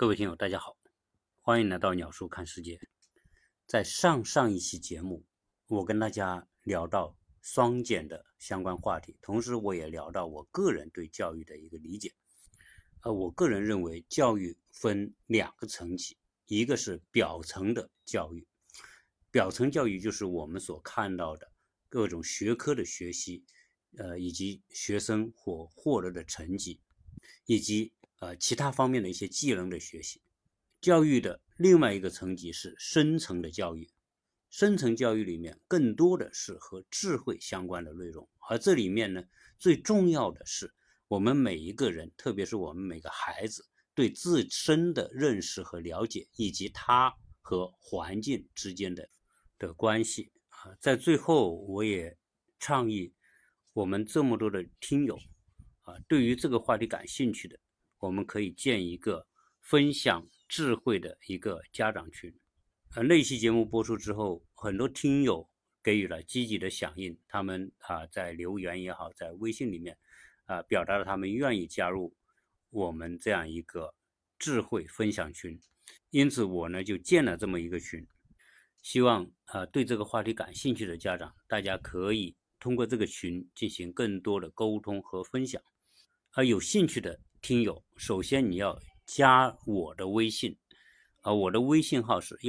各位听友大家好，欢迎来到鸟叔看世界。在上一期节目，我跟大家聊到双减的相关话题，同时我也聊到我个人对教育的一个理解。我个人认为教育分两个层级，一个是表层的教育，表层教育就是我们所看到的各种学科的学习，以及学生所获得的成绩，以及其他方面的一些技能的学习。教育的另外一个层级是深层的教育，深层教育里面更多的是和智慧相关的内容，而这里面呢，最重要的是我们每一个人，特别是我们每个孩子对自身的认识和了解，以及他和环境之间的关系。在最后我也倡议我们这么多的听友对于这个话题感兴趣的，我们可以建一个分享智慧的一个家长群。那期节目播出之后，很多听友给予了积极的响应，他们在留言也好，在微信里面表达了他们愿意加入我们这样一个智慧分享群。因此我呢就建了这么一个群，希望对这个话题感兴趣的家长，大家可以通过这个群进行更多的沟通和分享。有兴趣的听友，首先你要加我的微信，我的微信号是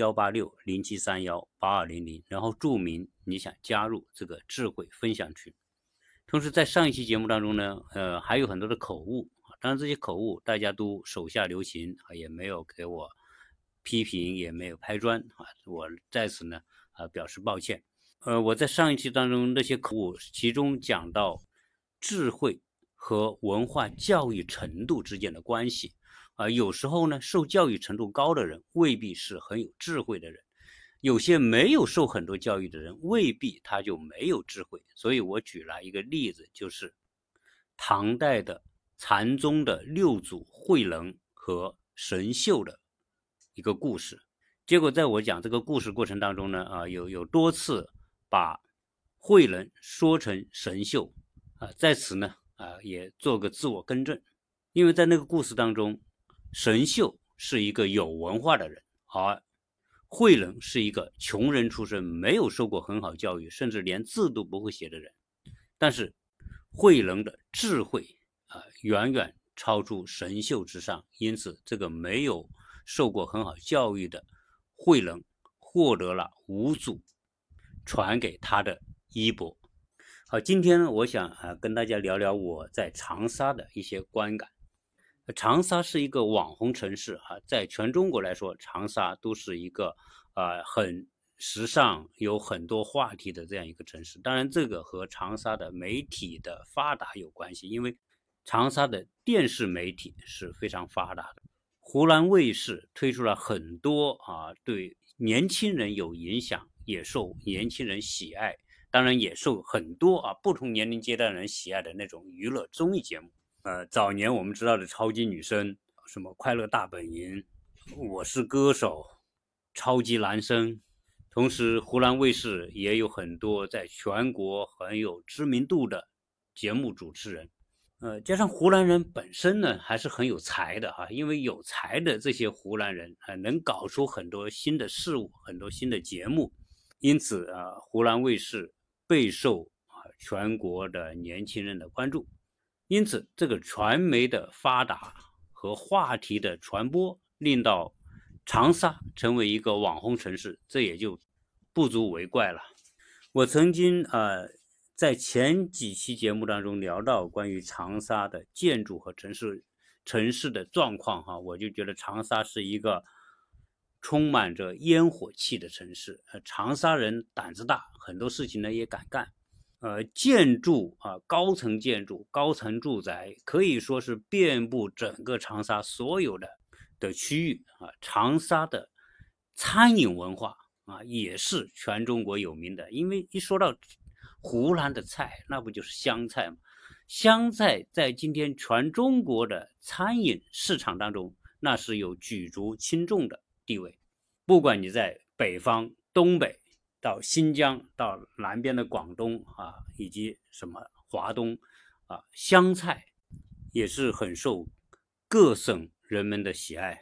18607318200，然后注明你想加入这个智慧分享群。同时在上一期节目当中呢，还有很多的口误，当然这些口误大家都手下留情，也没有给我批评，也没有拍砖，我在此呢表示抱歉。我在上一期当中那些口误，其中讲到智慧和文化教育程度之间的关系，有时候呢，受教育程度高的人未必是很有智慧的人，有些没有受很多教育的人未必他就没有智慧。所以我举了一个例子，就是唐代的禅宗的六祖慧能和神秀的一个故事。结果在我讲这个故事过程当中呢，有多次把慧能说成神秀，在此呢也做个自我更正。因为在那个故事当中，神秀是一个有文化的人，而慧能是一个穷人出身，没有受过很好教育，甚至连字都不会写的人。但是慧能的智慧远远超出神秀之上，因此这个没有受过很好教育的慧能获得了五祖传给他的衣钵。好，今天我想跟大家聊聊我在长沙的一些观感。长沙是一个网红城市在全中国来说，长沙都是一个很时尚，有很多话题的这样一个城市。当然这个和长沙的媒体的发达有关系，因为长沙的电视媒体是非常发达的，湖南卫视推出了很多对年轻人有影响，也受年轻人喜爱，当然也受很多不同年龄阶段人喜爱的那种娱乐综艺节目。早年我们知道的超级女声，什么快乐大本营、我是歌手、超级男声。同时湖南卫视也有很多在全国很有知名度的节目主持人。加上湖南人本身呢还是很有才的因为有才的这些湖南人能搞出很多新的事物，很多新的节目。因此湖南卫视备受全国的年轻人的关注。因此这个传媒的发达和话题的传播，令到长沙成为一个网红城市，这也就不足为怪了。我曾经在前几期节目当中聊到关于长沙的建筑和城市的状况我就觉得长沙是一个充满着烟火气的城市。长沙人胆子大，很多事情呢也敢干。建筑高层建筑、高层住宅可以说是遍布整个长沙所有的区域长沙的餐饮文化也是全中国有名的。因为一说到湖南的菜，那不就是湘菜吗？湘菜在今天全中国的餐饮市场当中，那是有举足轻重的地位。不管你在北方、东北，到新疆，到南边的广东以及什么华东湘菜也是很受各省人们的喜爱。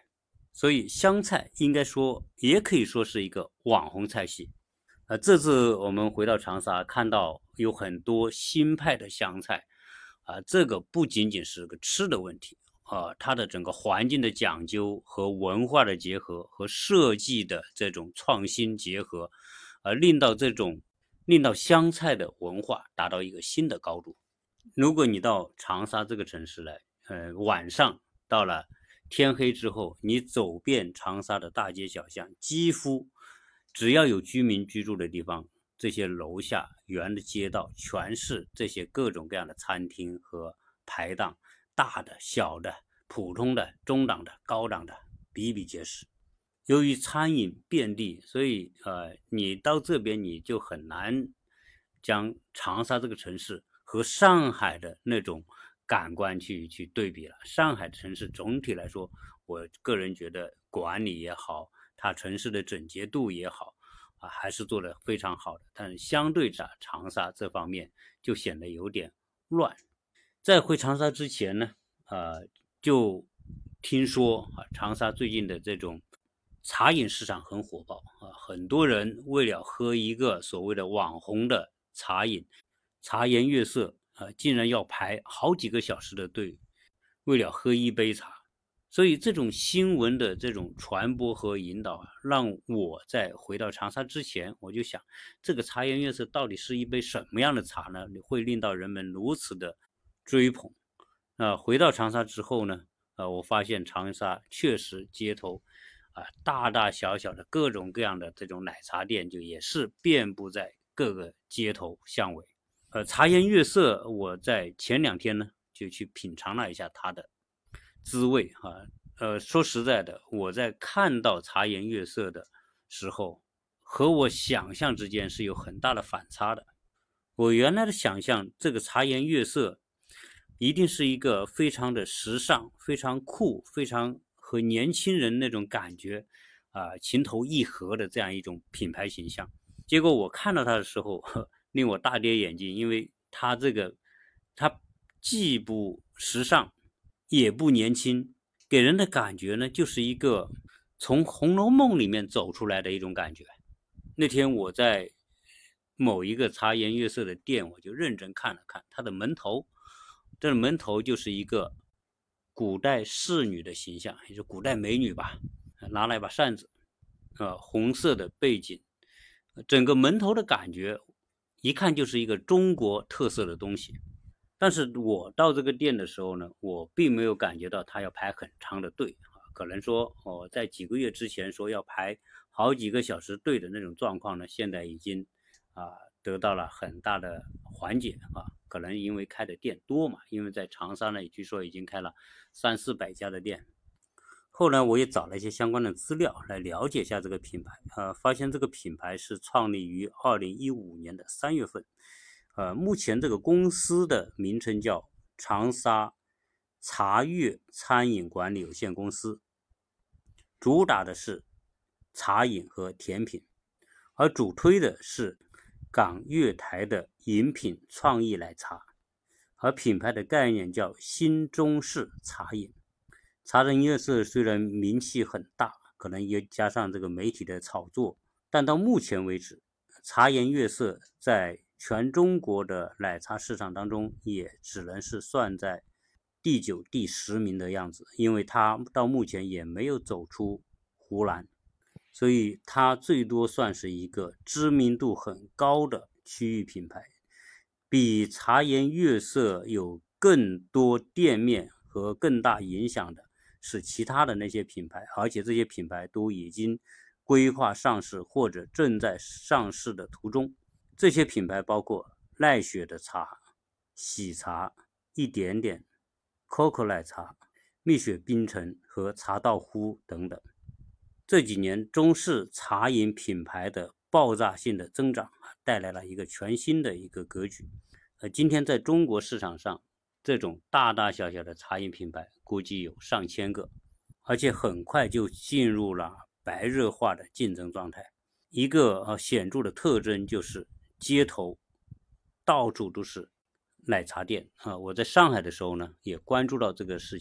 所以湘菜应该说也可以说是一个网红菜系。这次我们回到长沙，看到有很多新派的湘菜，这个不仅仅是个吃的问题，它的整个环境的讲究和文化的结合和设计的这种创新结合，令到湘菜的文化达到一个新的高度。如果你到长沙这个城市来，晚上到了天黑之后，你走遍长沙的大街小巷，几乎只要有居民居住的地方，这些楼下沿的街道全是这些各种各样的餐厅和排档，大的、小的、普通的、中档的、高档的比比皆是。由于餐饮便利，所以你到这边你就很难将长沙这个城市和上海的那种感官去对比了。上海城市总体来说，我个人觉得管理也好，它城市的整洁度也好，还是做得非常好的。但是相对长沙这方面就显得有点乱。在回长沙之前呢，就听说长沙最近的这种茶饮市场很火爆很多人为了喝一个所谓的网红的茶饮，茶颜悦色竟然要排好几个小时的队，为了喝一杯茶。所以这种新闻的这种传播和引导让我在回到长沙之前，我就想，这个茶颜悦色到底是一杯什么样的茶呢？会令到人们如此的追捧。回到长沙之后呢，我发现长沙确实街头大大小小的各种各样的这种奶茶店，就也是遍布在各个街头巷尾。茶颜悦色，我在前2天呢就去品尝了一下它的滋味说实在的，我在看到茶颜悦色的时候，和我想象之间是有很大的反差的。我原来的想象，这个茶颜悦色一定是一个非常的时尚、非常酷、非常和年轻人那种感觉情投意合的这样一种品牌形象。结果我看到它的时候，令我大跌眼镜，因为它既不时尚，也不年轻，给人的感觉呢，就是一个从《红楼梦》里面走出来的一种感觉。那天我在某一个茶颜悦色的店，我就认真看了看它的门头，这个门头就是一个古代仕女的形象，也是古代美女吧，拿了一把扇子，红色的背景，整个门头的感觉一看就是一个中国特色的东西。但是我到这个店的时候呢，我并没有感觉到它要排很长的队可能说在几个月之前说要排好几个小时队的那种状况呢，现在已经得到了很大的缓解可能因为开的店多嘛，因为在长沙呢，据说已经开了300-400家的店。后来我也找了一些相关的资料来了解一下这个品牌发现这个品牌是创立于2015年的3月份。目前这个公司的名称叫长沙茶悦餐饮管理有限公司，主打的是茶饮和甜品，而主推的是港粤台的饮品创意奶茶，而品牌的概念叫新中式茶饮。茶颜悦色虽然名气很大，可能也加上这个媒体的炒作，但到目前为止，茶颜悦色在全中国的奶茶市场当中也只能是算在第9、第10名的样子，因为它到目前也没有走出湖南，所以它最多算是一个知名度很高的区域品牌。比茶颜悦色有更多店面和更大影响的是其他的那些品牌，而且这些品牌都已经规划上市或者正在上市的途中。这些品牌包括奈雪的茶、喜茶、一点点、COCO 奶茶、蜜雪冰城和茶道夫等等。这几年中式茶饮品牌的爆炸性的增长带来了一个全新的一个格局。今天在中国市场上，这种大大小小的茶饮品牌估计有上千个，而且很快就进入了白热化的竞争状态。一个显著的特征就是街头到处都是奶茶店我在上海的时候呢，也关注到这个事情。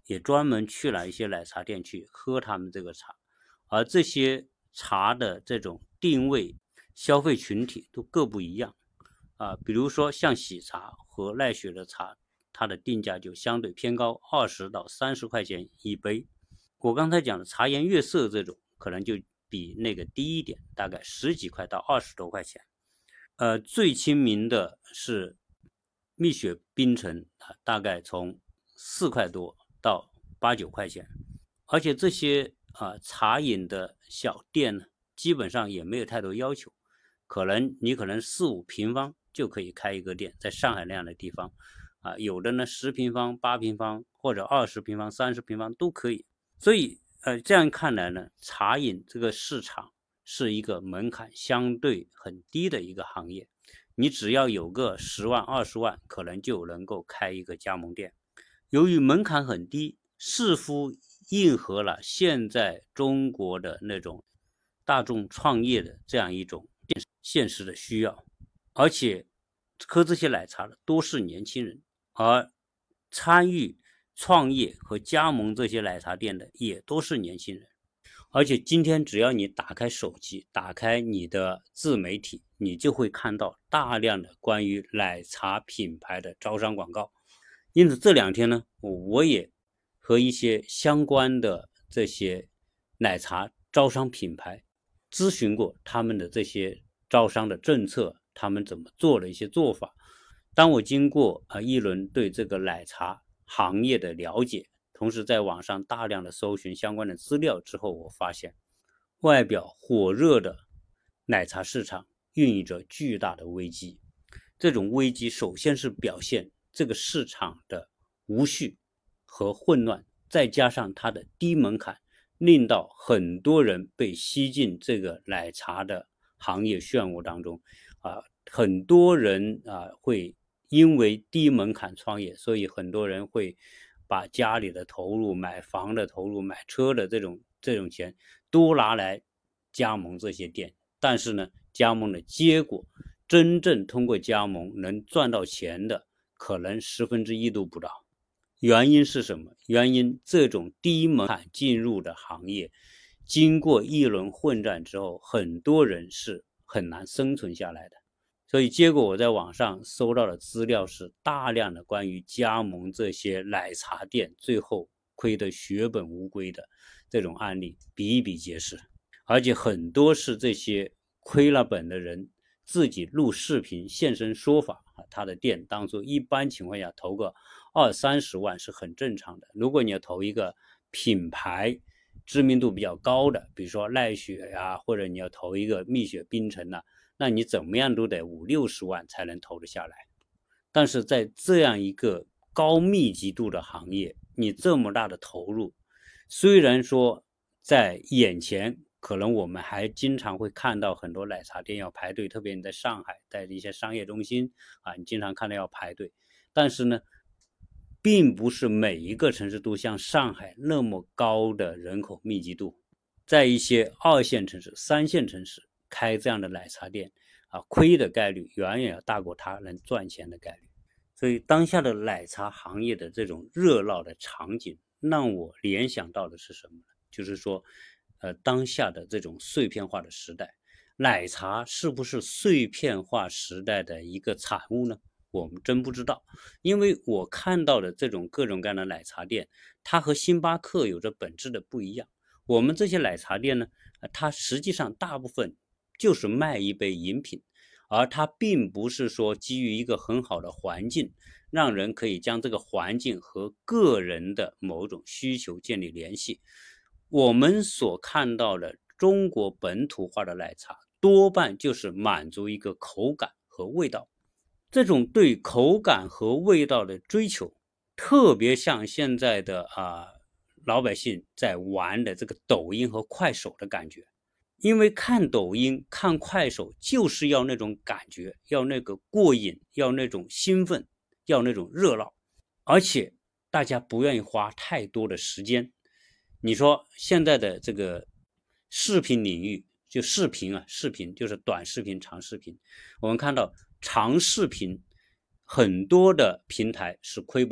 也专门去了一些奶茶店去喝他们这个茶，而这些茶的这种定位消费群体都各不一样比如说像喜茶和奈雪的茶，它的定价就相对偏高，20到30块钱一杯。我刚才讲的茶颜悦色这种可能就比那个低一点，大概10几块到20多块钱。最亲民的是蜜雪冰城大概从4块多到8、9块钱。而且这些茶饮的小店呢，基本上也没有太多要求，你可能4、5平方就可以开一个店，在上海那样的地方有的呢10平方、8平方或者20平方、30平方都可以。所以这样看来呢，茶饮这个市场是一个门槛相对很低的一个行业，你只要有个10万、20万，可能就能够开一个加盟店。由于门槛很低，似乎应和了现在中国的那种大众创业的这样一种现实的需要，而且喝这些奶茶的多是年轻人，而参与创业和加盟这些奶茶店的也都是年轻人。而且今天只要你打开手机，打开你的自媒体，你就会看到大量的关于奶茶品牌的招商广告。因此这2天呢，我也和一些相关的这些奶茶招商品牌咨询过他们的这些招商的政策，他们怎么做的一些做法。当我经过一轮对这个奶茶行业的了解，同时在网上大量的搜寻相关的资料之后，我发现外表火热的奶茶市场孕育着巨大的危机。这种危机首先是表现这个市场的无序和混乱，再加上它的低门槛，令到很多人被吸进这个奶茶的行业漩涡当中很多人会因为低门槛创业，所以很多人会把家里的投入、买房的投入、买车的这种钱都拿来加盟这些店。但是呢，加盟的结果，真正通过加盟能赚到钱的可能1/10都不到。原因是什么？原因这种低门槛进入的行业，经过一轮混战之后，很多人是很难生存下来的。所以结果我在网上搜到的资料是大量的关于加盟这些奶茶店最后亏得血本无归的这种案例比比皆是，而且很多是这些亏了本的人自己录视频现身说法他的店当初一般情况下投个20、30万是很正常的。如果你要投一个品牌知名度比较高的，比如说奈雪或者你要投一个蜜雪冰城那你怎么样都得50、60万才能投得下来。但是在这样一个高密集度的行业，你这么大的投入，虽然说在眼前可能我们还经常会看到很多奶茶店要排队，特别你在上海，在一些商业中心你经常看到要排队，但是呢，并不是每一个城市都像上海那么高的人口密集度。在一些2线城市、3线城市开这样的奶茶店亏的概率远远要大过它能赚钱的概率。所以当下的奶茶行业的这种热闹的场景让我联想到的是什么呢？就是说当下的这种碎片化的时代，奶茶是不是碎片化时代的一个产物呢？我们真不知道。因为我看到的这种各种各样的奶茶店，它和星巴克有着本质的不一样。我们这些奶茶店呢，它实际上大部分就是卖一杯饮品，而它并不是说基于一个很好的环境，让人可以将这个环境和个人的某种需求建立联系。我们所看到的中国本土化的奶茶多半就是满足一个口感和味道。这种对口感和味道的追求特别像现在的老百姓在玩的这个抖音和快手的感觉。因为看抖音看快手就是要那种感觉，要那个过瘾，要那种兴奋，要那种热闹，而且大家不愿意花太多的时间。你说现在的这个视频领域，就视频就是短视频、长视频，我们看到长视频很多的平台是亏本的，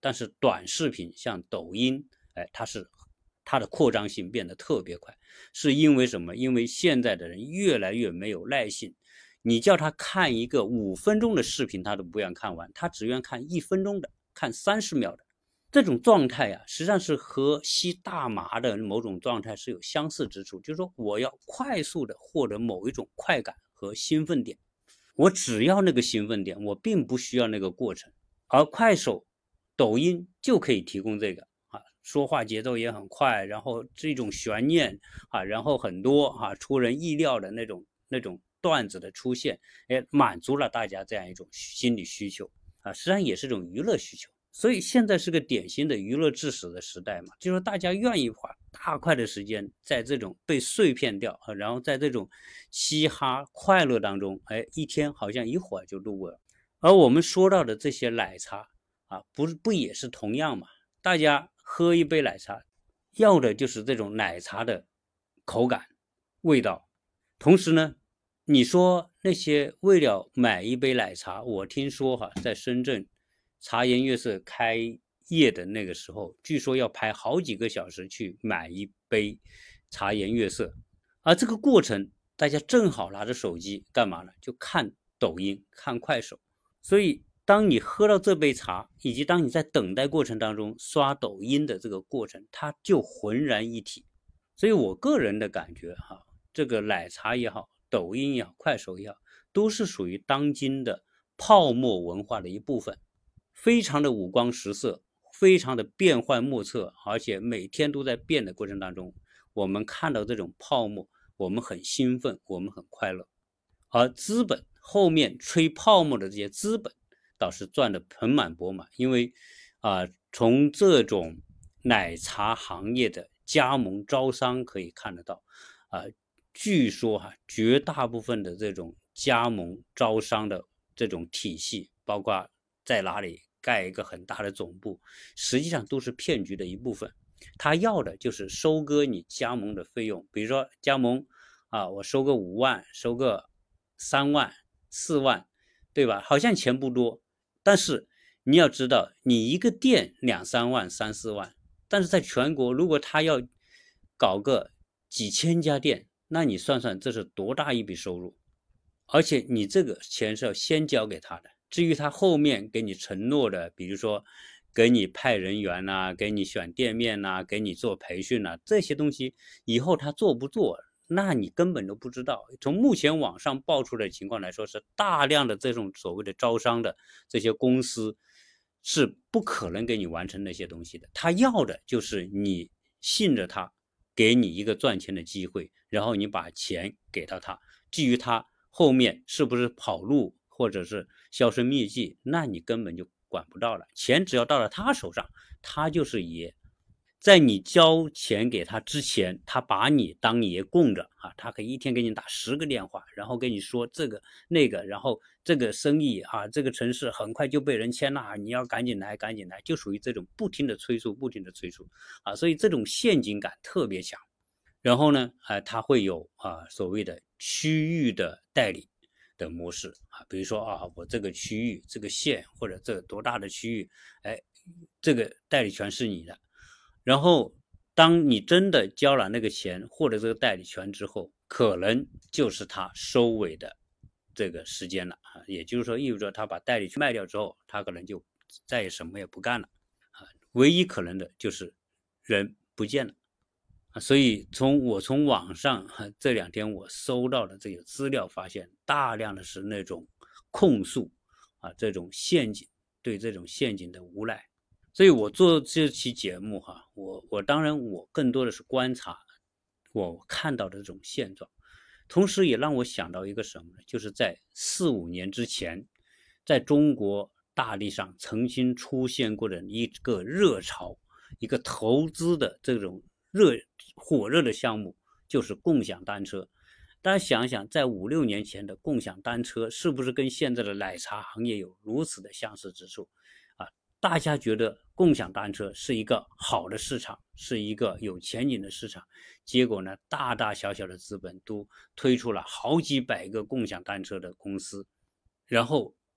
但是短视频像抖音，它的扩张性变得特别快，是因为什么？因为现在的人越来越没有耐性，你叫他看一个5分钟的视频，他都不愿看完，他只愿看1分钟的，看30秒的。这种状态啊，实际上是和吸大麻的某种状态是有相似之处，就是说我要快速的获得某一种快感和兴奋点，我只要那个兴奋点，我并不需要那个过程。而快手、抖音就可以提供这个啊，说话节奏也很快，然后这种悬念啊，然后很多出人意料的那种段子的出现，满足了大家这样一种心理需求啊，实际上也是一种娱乐需求。所以现在是个典型的娱乐至死的时代嘛，就是大家愿意花大块的时间在这种被碎片掉然后在这种嘻哈快乐当中，一天好像一会儿就度过了。而我们说到的这些奶茶啊，不也是同样嘛？大家喝一杯奶茶，要的就是这种奶茶的口感、味道。同时呢，你说那些为了买一杯奶茶，我听说在深圳茶颜悦色开业的那个时候，据说要排好几个小时去买一杯茶颜悦色，而这个过程，大家正好拿着手机干嘛呢？就看抖音、看快手。所以，当你喝到这杯茶，以及当你在等待过程当中刷抖音的这个过程，它就浑然一体。所以我个人的感觉这个奶茶也好，抖音也好，快手也好，都是属于当今的泡沫文化的一部分，非常的五光十色，非常的变幻莫测，而且每天都在变的过程当中，我们看到这种泡沫，我们很兴奋，我们很快乐。而资本后面吹泡沫的这些资本倒是赚得盆满钵满，因为从这种奶茶行业的加盟招商可以看得到据说绝大部分的这种加盟招商的这种体系，包括在哪里盖一个很大的总部，实际上都是骗局的一部分。他要的就是收割你加盟的费用，比如说加盟我收个5万，收个3万、4万，对吧？好像钱不多，但是你要知道，你一个店2、3万、3、4万，但是在全国，如果他要搞个几千家店，那你算算这是多大一笔收入？而且你这个钱是要先交给他的，至于他后面给你承诺的，比如说给你派人员给你选店面给你做培训这些东西以后他做不做，那你根本都不知道。从目前网上爆出的情况来说，是大量的这种所谓的招商的这些公司是不可能给你完成那些东西的，他要的就是你信着他，给你一个赚钱的机会，然后你把钱给到他，至于他后面是不是跑路或者是销声匿迹，那你根本就管不到了。钱只要到了他手上，他就是爷。在你交钱给他之前，他把你当爷供着他可以一天给你打10个电话，然后跟你说这个那个，然后这个生意这个城市很快就被人签了，你要赶紧来赶紧来，就属于这种不停的催促不停的催促所以这种陷阱感特别强。然后呢它会有所谓的区域的代理的模式比如说我这个区域这个县或者这多大的区域这个代理权是你的，然后当你真的交了那个钱获得这个代理权之后，可能就是他收尾的这个时间了也就是说意味着他把代理权卖掉之后，他可能就再也什么也不干了唯一可能的就是人不见了所以我从网上这2天我搜到的这个资料发现，大量的是那种控诉这种陷阱，对这种陷阱的无赖。所以我做这期节目我当然我更多的是观察我看到的这种现状，同时也让我想到一个什么呢？就是在4、5年之前，在中国大地上曾经出现过的一个热潮，一个投资的这种火热的项目，就是共享单车。大家想想，在5、6年前的共享单车，是不是跟现在的奶茶行业有如此的相似之处大家觉得共享单车是一个好的市场，是一个有前景的市场，结果呢，大大小小的资本都推出了好几百个共享单车的公司，然后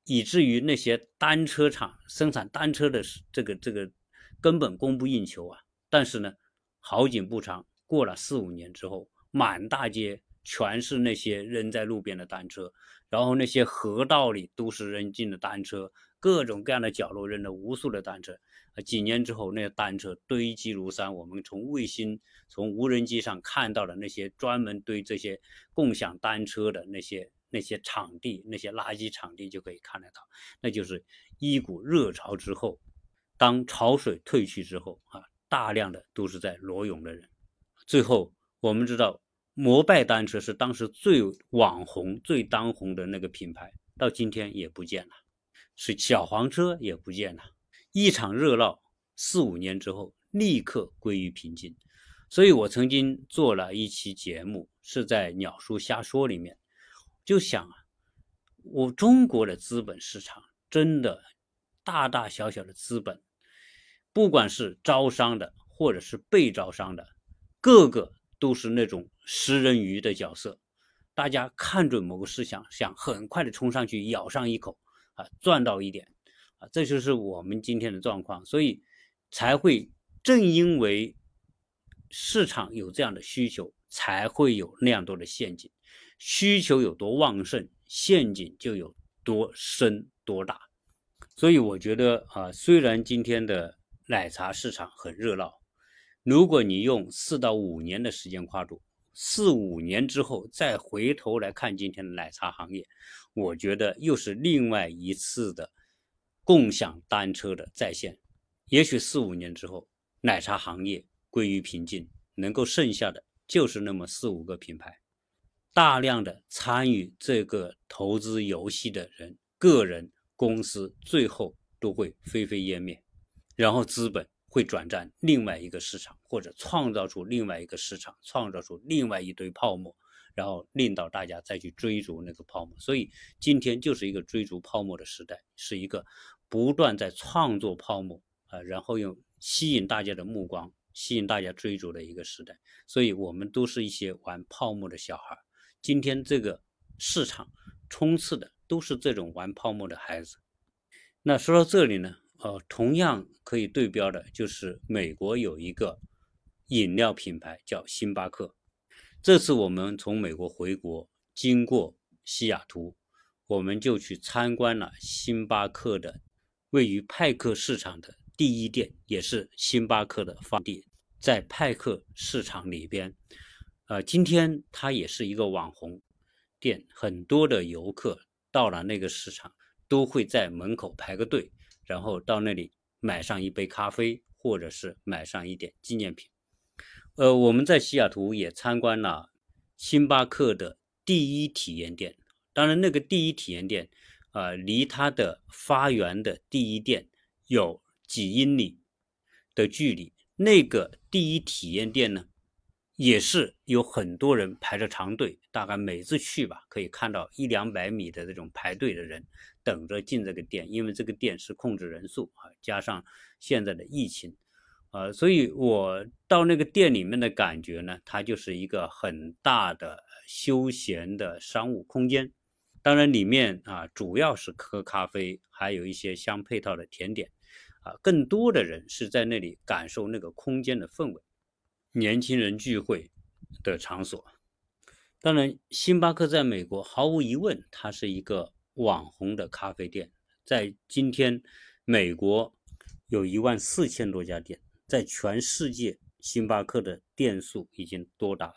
以至于那些单车厂生产单车的这个根本供不应求啊。但是呢，好景不长，过了4-5年之后，满大街全是那些扔在路边的单车，然后那些河道里都是扔进的单车，各种各样的角落扔了无数的单车。几年之后，那些单车堆积如山，我们从卫星、从无人机上看到的那些专门堆这些共享单车的那些场地，那些垃圾场地就可以看得到。那就是一股热潮之后，当潮水退去之后啊，大量的都是在裸泳的人。最后我们知道，摩拜单车是当时最网红、最当红的那个品牌，到今天也不见了，是小黄车也不见了。一场热闹4-5年之后立刻归于平静。所以我曾经做了一期节目，是在鸟叔瞎说里面，就想啊，我中国的资本市场真的大大小小的资本，不管是招商的或者是被招商的，个个都是那种食人鱼的角色。大家看准某个事项，想很快的冲上去咬上一口啊，赚到一点啊，这就是我们今天的状况。所以才会正因为市场有这样的需求，才会有那样多的陷阱。需求有多旺盛，陷阱就有多深多大。所以我觉得虽然今天的奶茶市场很热闹，如果你用4到5年的时间跨度，4-5年之后再回头来看今天的奶茶行业，我觉得又是另外一次的共享单车的再现。也许4-5年之后，奶茶行业归于平静，能够剩下的就是那么4-5个品牌。大量的参与这个投资游戏的人、个人、公司，最后都会灰飞烟灭，然后资本会转战另外一个市场，或者创造出另外一个市场，创造出另外一堆泡沫，然后令到大家再去追逐那个泡沫。所以今天就是一个追逐泡沫的时代，是一个不断在创作泡沫然后用吸引大家的目光，吸引大家追逐的一个时代。所以我们都是一些玩泡沫的小孩，今天这个市场冲刺的都是这种玩泡沫的孩子。那说到这里呢，同样可以对标的就是美国有一个饮料品牌叫星巴克。这次我们从美国回国，经过西雅图，我们就去参观了星巴克的位于派克市场的第一店，也是星巴克的发地，在派克市场里边。今天它也是一个网红店，很多的游客到了那个市场都会在门口排个队，然后到那里买上一杯咖啡，或者是买上一点纪念品。我们在西雅图也参观了星巴克的第一体验店。当然那个第一体验店离它的发源的第一店有几英里的距离。那个第一体验店呢，也是有很多人排着长队，大概每次去吧，可以看到100-200米的这种排队的人等着进这个店，因为这个店是控制人数加上现在的疫情所以我到那个店里面的感觉呢，它就是一个很大的休闲的商务空间。当然里面主要是喝咖啡，还有一些相配套的甜点更多的人是在那里感受那个空间的氛围，年轻人聚会的场所。当然星巴克在美国毫无疑问它是一个网红的咖啡店，在今天美国有14000多家店，在全世界星巴克的店数已经多达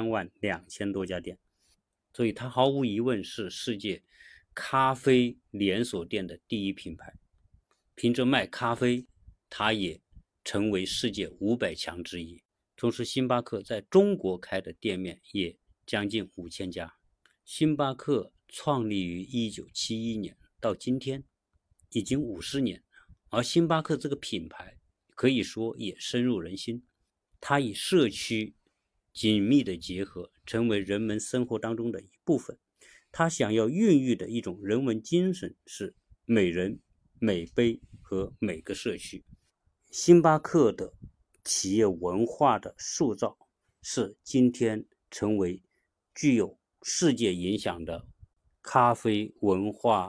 32000多家店，所以它毫无疑问是世界咖啡连锁店的第一品牌。凭着卖咖啡，它也成为世界500强之一。同时星巴克在中国开的店面也将近5000家。星巴克创立于1971年，到今天已经50年，而星巴克这个品牌可以说也深入人心。它与社区紧密的结合，成为人们生活当中的一部分。它想要孕育的一种人文精神是每人每杯和每个社区。星巴克的企业文化的塑造是今天成为具有世界影响的咖啡文化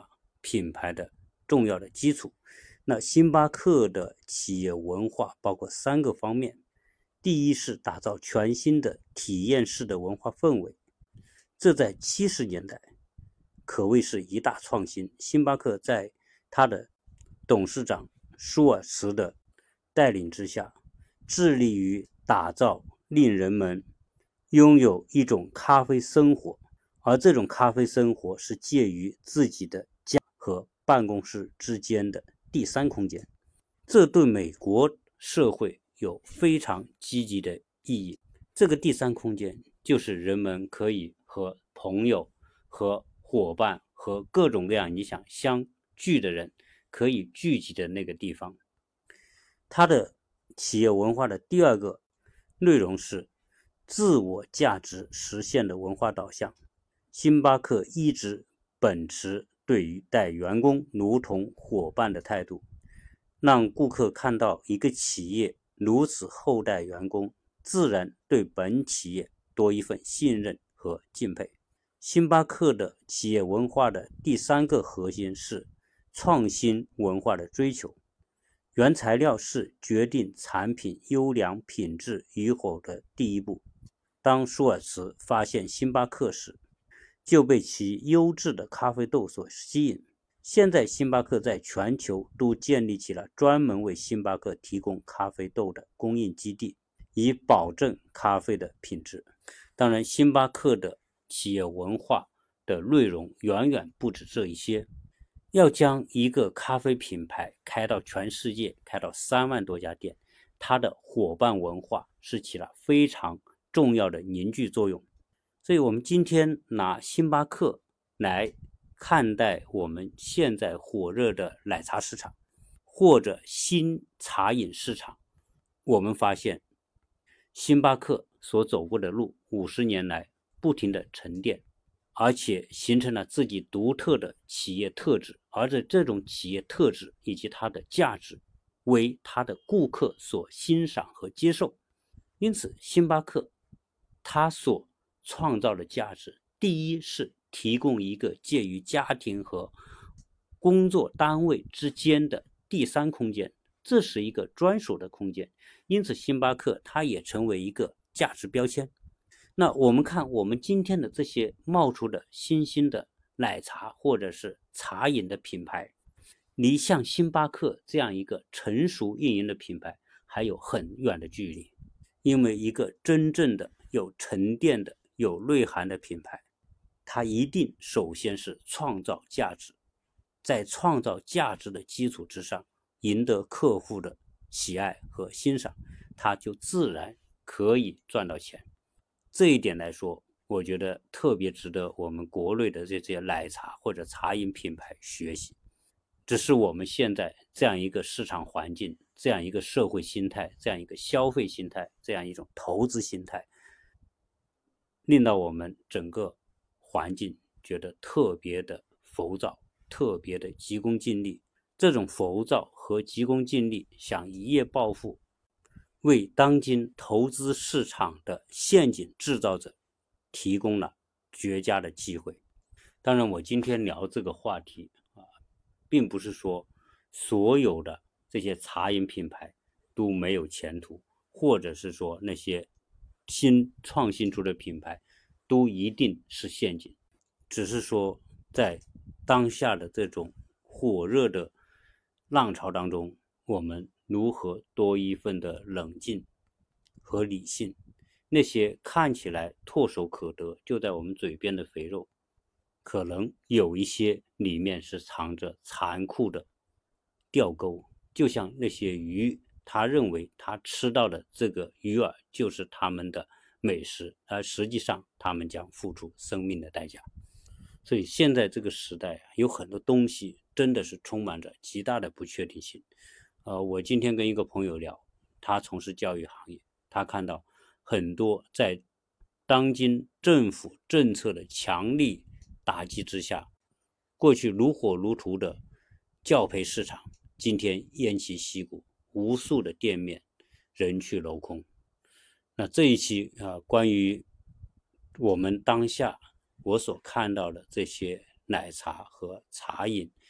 品牌的重要的基础。那星巴克的企业文化包括3个方面。第一是打造全新的体验式的文化氛围，这在70年代可谓是一大创新。星巴克在他的董事长舒尔茨的带领之下，致力于打造令人们拥有一种咖啡生活，而这种咖啡生活是介于自己的家和办公室之间的第3空间。这对美国社会有非常积极的意义。这个第3空间就是人们可以和朋友、和伙伴、和各种各样你想相聚的人可以聚集的那个地方。它的企业文化的第2个内容是自我价值实现的文化导向。星巴克一直秉持对于待员工如同伙伴的态度，让顾客看到一个企业如此厚待员工，自然对本企业多一份信任和敬佩。星巴克的企业文化的第3个核心是创新文化的追求。原材料是决定产品优良品质与否的第一步。当舒尔茨发现星巴克时，就被其优质的咖啡豆所吸引。现在星巴克在全球都建立起了专门为星巴克提供咖啡豆的供应基地，以保证咖啡的品质。当然，星巴克的企业文化的内容远远不止这一些。要将一个咖啡品牌开到全世界，开到3万多家店，它的伙伴文化是起了非常重要的凝聚作用。所以我们今天拿星巴克来看待我们现在火热的奶茶市场或者新茶饮市场，我们发现星巴克所走过的路50年来不停的沉淀，而且形成了自己独特的企业特质，而且这种企业特质以及它的价值为它的顾客所欣赏和接受。因此星巴克它所创造的价值，第一是提供一个介于家庭和工作单位之间的第3空间，这是一个专属的空间。因此星巴克它也成为一个价值标签。那我们看我们今天的这些冒出的新兴的奶茶或者是茶饮的品牌，离像星巴克这样一个成熟运营的品牌还有很远的距离。因为一个真正的有沉淀的有内涵的品牌，它一定首先是创造价值，在创造价值的基础之上赢得客户的喜爱和欣赏，它就自然可以赚到钱。这一点来说，我觉得特别值得我们国内的这些奶茶或者茶饮品牌学习。只是我们现在这样一个市场环境，这样一个社会心态，这样一个消费心态，这样一种投资心态，令到我们整个环境觉得特别的浮躁，特别的急功近利。这种浮躁和急功近利想一夜暴富，为当今投资市场的陷阱制造者提供了绝佳的机会。当然我今天聊这个话题并不是说所有的这些茶饮品牌都没有前途，或者是说那些创新出的品牌都一定是陷阱，只是说在当下的这种火热的浪潮当中，我们如何多一份的冷静和理性。那些看起来唾手可得就在我们嘴边的肥肉，可能有一些里面是藏着残酷的钓钩，就像那些鱼，他认为他吃到的这个鱼饵就是他们的美食，而实际上他们将付出生命的代价。所以现在这个时代有很多东西真的是充满着极大的不确定性。我今天跟一个朋友聊，他从事教育行业，他看到很多在当今政府政策的强力打击之下，过去如火如荼的教培市场今天偃旗息鼓，无数的店面人去楼空。那这一期关于我们当下我所看到的这些奶茶和茶饮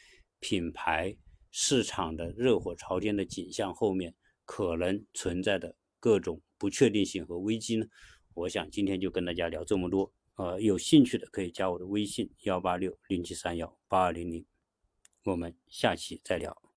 品牌市场的热火朝天的景象后面可能存在的各种不确定性和危机呢？我想今天就跟大家聊这么多。有兴趣的可以加我的微信18607318200，我们下期再聊。